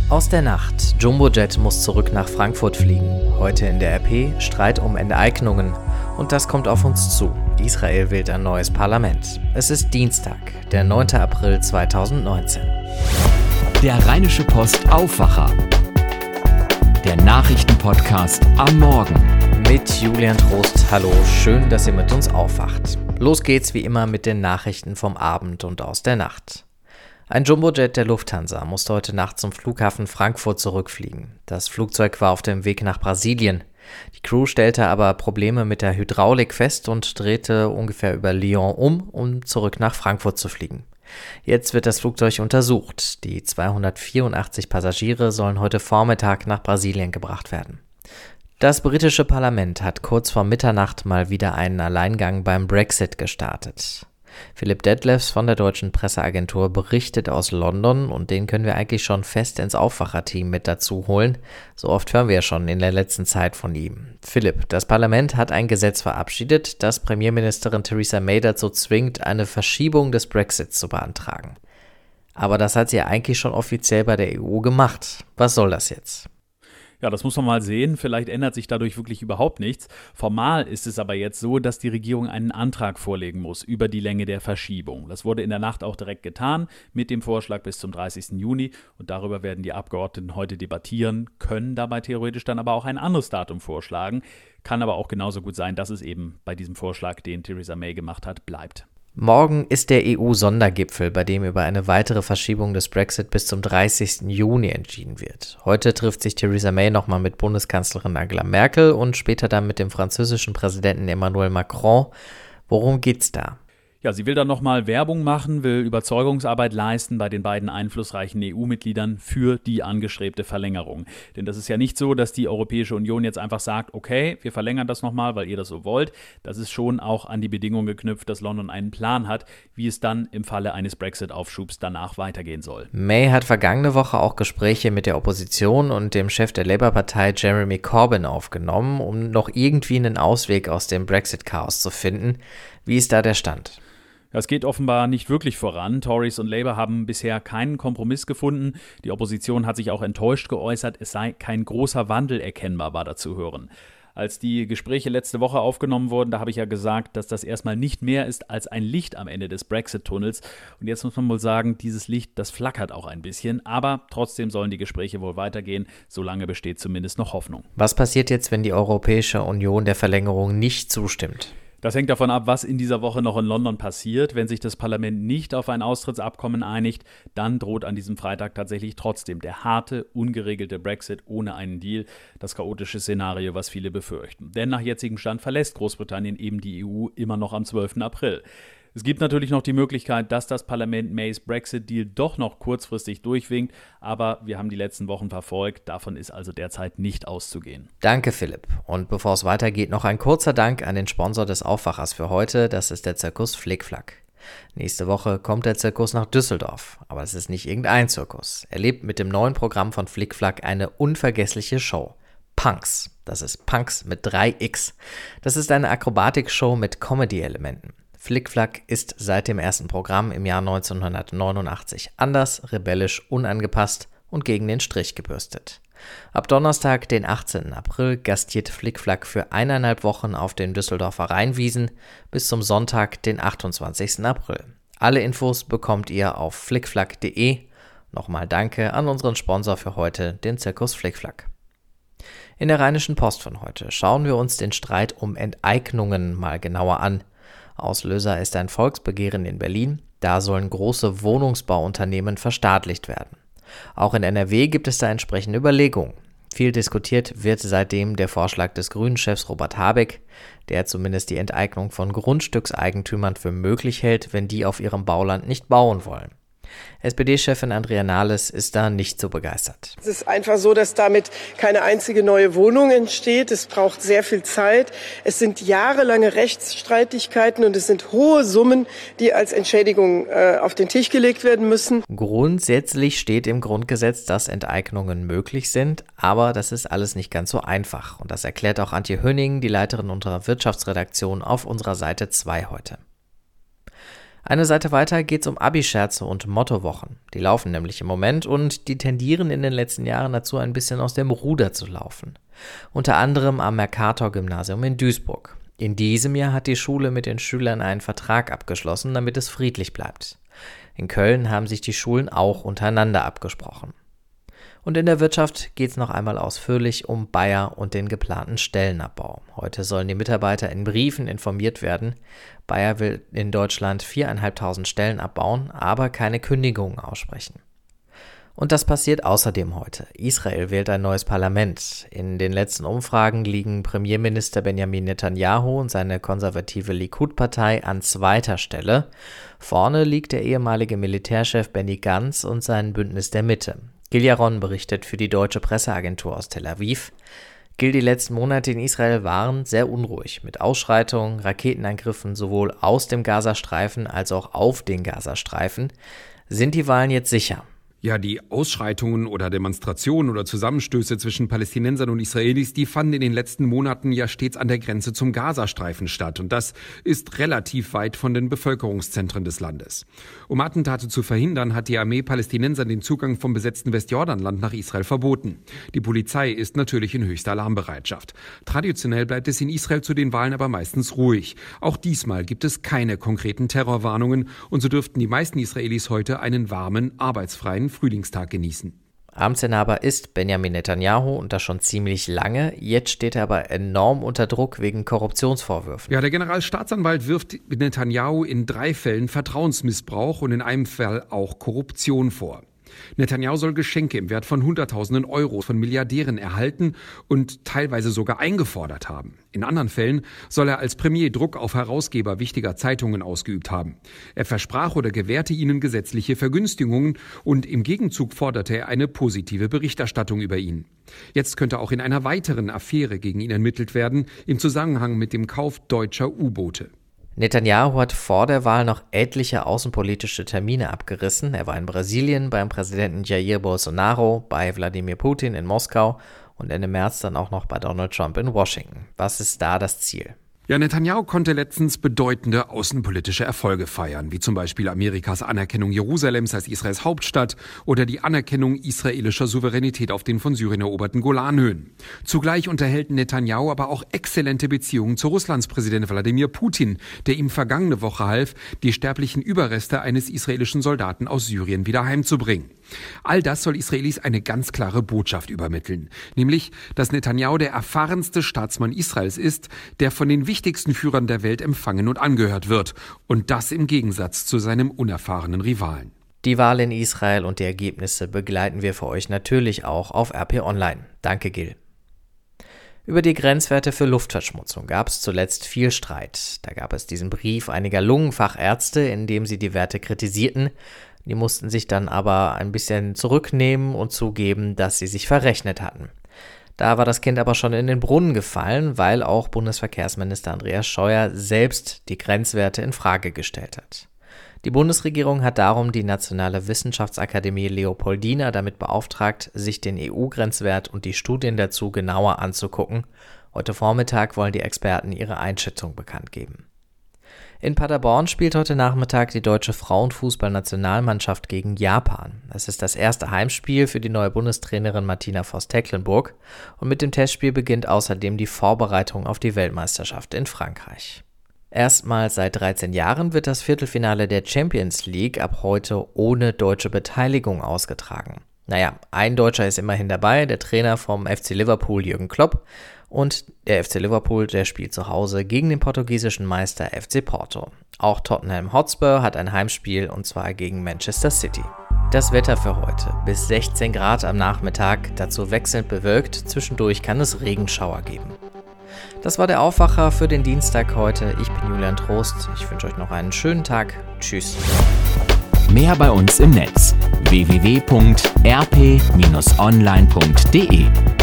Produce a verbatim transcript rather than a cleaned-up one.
Aus der Nacht. Jumbojet muss zurück nach Frankfurt fliegen. Heute in der R P Streit um Enteignungen. Und das kommt auf uns zu. Israel wählt ein neues Parlament. Es ist Dienstag, der neunter April zweitausendneunzehn. Der Rheinische Post Aufwacher. Der Nachrichtenpodcast am Morgen. Mit Julian Trost. Hallo, schön, dass ihr mit uns aufwacht. Los geht's wie immer mit den Nachrichten vom Abend und aus der Nacht. Ein Jumbojet der Lufthansa musste heute Nacht zum Flughafen Frankfurt zurückfliegen. Das Flugzeug war auf dem Weg nach Brasilien. Die Crew stellte aber Probleme mit der Hydraulik fest und drehte ungefähr über Lyon um, um zurück nach Frankfurt zu fliegen. Jetzt wird das Flugzeug untersucht. Die zweihundertvierundachtzig Passagiere sollen heute Vormittag nach Brasilien gebracht werden. Das britische Parlament hat kurz vor Mitternacht mal wieder einen Alleingang beim Brexit gestartet. Philipp Detlefs von der deutschen Presseagentur berichtet aus London und den können wir eigentlich schon fest ins Aufwacherteam mit dazu holen. So oft hören wir ja schon in der letzten Zeit von ihm. Philipp, das Parlament hat ein Gesetz verabschiedet, das Premierministerin Theresa May dazu zwingt, eine Verschiebung des Brexits zu beantragen. Aber das hat sie ja eigentlich schon offiziell bei der E U gemacht. Was soll das jetzt? Ja, das muss man mal sehen. Vielleicht ändert sich dadurch wirklich überhaupt nichts. Formal ist es aber jetzt so, dass die Regierung einen Antrag vorlegen muss über die Länge der Verschiebung. Das wurde in der Nacht auch direkt getan mit dem Vorschlag bis zum dreißigsten Juni. Und darüber werden die Abgeordneten heute debattieren, können dabei theoretisch dann aber auch ein anderes Datum vorschlagen. Kann aber auch genauso gut sein, dass es eben bei diesem Vorschlag, den Theresa May gemacht hat, bleibt. Morgen ist der E U-Sondergipfel, bei dem über eine weitere Verschiebung des Brexit bis zum dreißigsten Juni entschieden wird. Heute trifft sich Theresa May nochmal mit Bundeskanzlerin Angela Merkel und später dann mit dem französischen Präsidenten Emmanuel Macron. Worum geht's da? Ja, sie will dann nochmal Werbung machen, will Überzeugungsarbeit leisten bei den beiden einflussreichen E U-Mitgliedern für die angestrebte Verlängerung. Denn das ist ja nicht so, dass die Europäische Union jetzt einfach sagt, okay, wir verlängern das nochmal, weil ihr das so wollt. Das ist schon auch an die Bedingung geknüpft, dass London einen Plan hat, wie es dann im Falle eines Brexit-Aufschubs danach weitergehen soll. May hat vergangene Woche auch Gespräche mit der Opposition und dem Chef der Labour-Partei Jeremy Corbyn aufgenommen, um noch irgendwie einen Ausweg aus dem Brexit-Chaos zu finden. Wie ist da der Stand? Es geht offenbar nicht wirklich voran. Tories und Labour haben bisher keinen Kompromiss gefunden. Die Opposition hat sich auch enttäuscht geäußert, es sei kein großer Wandel erkennbar, war da zu hören. Als die Gespräche letzte Woche aufgenommen wurden, da habe ich ja gesagt, dass das erstmal nicht mehr ist als ein Licht am Ende des Brexit-Tunnels. Und jetzt muss man wohl sagen, dieses Licht, das flackert auch ein bisschen. Aber trotzdem sollen die Gespräche wohl weitergehen. Solange besteht zumindest noch Hoffnung. Was passiert jetzt, wenn die Europäische Union der Verlängerung nicht zustimmt? Das hängt davon ab, was in dieser Woche noch in London passiert. Wenn sich das Parlament nicht auf ein Austrittsabkommen einigt, dann droht an diesem Freitag tatsächlich trotzdem der harte, ungeregelte Brexit ohne einen Deal. Das chaotische Szenario, was viele befürchten. Denn nach jetzigem Stand verlässt Großbritannien eben die E U immer noch am zwölften April. Es gibt natürlich noch die Möglichkeit, dass das Parlament Mays Brexit-Deal doch noch kurzfristig durchwinkt, aber wir haben die letzten Wochen verfolgt, davon ist also derzeit nicht auszugehen. Danke, Philipp. Und bevor es weitergeht, noch ein kurzer Dank an den Sponsor des Aufwachers für heute, das ist der Zirkus Flickflack. Nächste Woche kommt der Zirkus nach Düsseldorf, aber es ist nicht irgendein Zirkus. Er lebt mit dem neuen Programm von Flickflack eine unvergessliche Show. Punks, das ist Punks mit drei X. Das ist eine Akrobatikshow mit Comedy-Elementen. Flickflack ist seit dem ersten Programm im Jahr neunzehnhundertneunundachtzig anders, rebellisch, unangepasst und gegen den Strich gebürstet. Ab Donnerstag, den achtzehnten April, gastiert Flickflack für eineinhalb Wochen auf den Düsseldorfer Rheinwiesen bis zum Sonntag, den achtundzwanzigsten April. Alle Infos bekommt ihr auf flickflack punkt de. Nochmal danke an unseren Sponsor für heute, den Zirkus Flickflack. In der Rheinischen Post von heute schauen wir uns den Streit um Enteignungen mal genauer an. Auslöser ist ein Volksbegehren in Berlin. Da sollen große Wohnungsbauunternehmen verstaatlicht werden. Auch in N R W gibt es da entsprechende Überlegungen. Viel diskutiert wird seitdem der Vorschlag des Grünen-Chefs Robert Habeck, der zumindest die Enteignung von Grundstückseigentümern für möglich hält, wenn die auf ihrem Bauland nicht bauen wollen. S P D-Chefin Andrea Nahles ist da nicht so begeistert. Es ist einfach so, dass damit keine einzige neue Wohnung entsteht. Es braucht sehr viel Zeit. Es sind jahrelange Rechtsstreitigkeiten und es sind hohe Summen, die als Entschädigung äh, auf den Tisch gelegt werden müssen. Grundsätzlich steht im Grundgesetz, dass Enteignungen möglich sind, aber das ist alles nicht ganz so einfach. Und das erklärt auch Antje Höning, die Leiterin unserer Wirtschaftsredaktion, auf unserer Seite zwei heute. Eine Seite weiter geht's um Abi-Scherze und Mottowochen. Die laufen nämlich im Moment und die tendieren in den letzten Jahren dazu, ein bisschen aus dem Ruder zu laufen. Unter anderem am Mercator-Gymnasium in Duisburg. In diesem Jahr hat die Schule mit den Schülern einen Vertrag abgeschlossen, damit es friedlich bleibt. In Köln haben sich die Schulen auch untereinander abgesprochen. Und in der Wirtschaft geht es noch einmal ausführlich um Bayer und den geplanten Stellenabbau. Heute sollen die Mitarbeiter in Briefen informiert werden. Bayer will in Deutschland viertausendfünfhundert Stellen abbauen, aber keine Kündigungen aussprechen. Und das passiert außerdem heute. Israel wählt ein neues Parlament. In den letzten Umfragen liegen Premierminister Benjamin Netanyahu und seine konservative Likud-Partei an zweiter Stelle. Vorne liegt der ehemalige Militärchef Benny Gantz und sein Bündnis der Mitte. Gil Yaron berichtet für die deutsche Presseagentur aus Tel Aviv. Gil, die letzten Monate in Israel waren sehr unruhig, mit Ausschreitungen, Raketenangriffen sowohl aus dem Gazastreifen als auch auf den Gazastreifen. Sind die Wahlen jetzt sicher? Ja, die Ausschreitungen oder Demonstrationen oder Zusammenstöße zwischen Palästinensern und Israelis, die fanden in den letzten Monaten ja stets an der Grenze zum Gazastreifen statt. Und das ist relativ weit von den Bevölkerungszentren des Landes. Um Attentate zu verhindern, hat die Armee Palästinensern den Zugang vom besetzten Westjordanland nach Israel verboten. Die Polizei ist natürlich in höchster Alarmbereitschaft. Traditionell bleibt es in Israel zu den Wahlen aber meistens ruhig. Auch diesmal gibt es keine konkreten Terrorwarnungen und so dürften die meisten Israelis heute einen warmen, arbeitsfreien Frühlingstag genießen. Amtsinhaber ist Benjamin Netanyahu und das schon ziemlich lange. Jetzt steht er aber enorm unter Druck wegen Korruptionsvorwürfen. Ja, der Generalstaatsanwalt wirft Netanyahu in drei Fällen Vertrauensmissbrauch und in einem Fall auch Korruption vor. Netanyahu soll Geschenke im Wert von Hunderttausenden Euro von Milliardären erhalten und teilweise sogar eingefordert haben. In anderen Fällen soll er als Premier Druck auf Herausgeber wichtiger Zeitungen ausgeübt haben. Er versprach oder gewährte ihnen gesetzliche Vergünstigungen und im Gegenzug forderte er eine positive Berichterstattung über ihn. Jetzt könnte auch in einer weiteren Affäre gegen ihn ermittelt werden, im Zusammenhang mit dem Kauf deutscher U-Boote. Netanyahu hat vor der Wahl noch etliche außenpolitische Termine abgerissen. Er war in Brasilien beim Präsidenten Jair Bolsonaro, bei Wladimir Putin in Moskau und Ende März dann auch noch bei Donald Trump in Washington. Was ist da das Ziel? Ja, Netanyahu konnte letztens bedeutende außenpolitische Erfolge feiern, wie zum Beispiel Amerikas Anerkennung Jerusalems als Israels Hauptstadt oder die Anerkennung israelischer Souveränität auf den von Syrien eroberten Golanhöhen. Zugleich unterhält Netanyahu aber auch exzellente Beziehungen zu Russlands Präsident Wladimir Putin, der ihm vergangene Woche half, die sterblichen Überreste eines israelischen Soldaten aus Syrien wieder heimzubringen. All das soll Israelis eine ganz klare Botschaft übermitteln, nämlich, dass Netanyahu der erfahrenste Staatsmann Israels ist, der von den wichtigsten Führern der Welt empfangen und angehört wird, und das im Gegensatz zu seinem unerfahrenen Rivalen. Die Wahl in Israel und die Ergebnisse begleiten wir für euch natürlich auch auf R P Online. Danke, Gil. Über die Grenzwerte für Luftverschmutzung gab es zuletzt viel Streit. Da gab es diesen Brief einiger Lungenfachärzte, in dem sie die Werte kritisierten. Die mussten sich dann aber ein bisschen zurücknehmen und zugeben, dass sie sich verrechnet hatten. Da war das Kind aber schon in den Brunnen gefallen, weil auch Bundesverkehrsminister Andreas Scheuer selbst die Grenzwerte in Frage gestellt hat. Die Bundesregierung hat darum die Nationale Wissenschaftsakademie Leopoldina damit beauftragt, sich den E U-Grenzwert und die Studien dazu genauer anzugucken. Heute Vormittag wollen die Experten ihre Einschätzung bekannt geben. In Paderborn spielt heute Nachmittag die deutsche Frauenfußballnationalmannschaft gegen Japan. Es ist das erste Heimspiel für die neue Bundestrainerin Martina Voss-Tecklenburg und mit dem Testspiel beginnt außerdem die Vorbereitung auf die Weltmeisterschaft in Frankreich. Erstmals seit dreizehn Jahren wird das Viertelfinale der Champions League ab heute ohne deutsche Beteiligung ausgetragen. Naja, ein Deutscher ist immerhin dabei, der Trainer vom F C Liverpool Jürgen Klopp. Und der F C Liverpool, der spielt zu Hause gegen den portugiesischen Meister F C Porto. Auch Tottenham Hotspur hat ein Heimspiel und zwar gegen Manchester City. Das Wetter für heute: bis sechzehn Grad am Nachmittag, dazu wechselnd bewölkt, zwischendurch kann es Regenschauer geben. Das war der Aufwacher für den Dienstag heute. Ich bin Julian Trost. Ich wünsche euch noch einen schönen Tag. Tschüss. Mehr bei uns im Netz: w w w punkt r p Bindestrich online punkt d e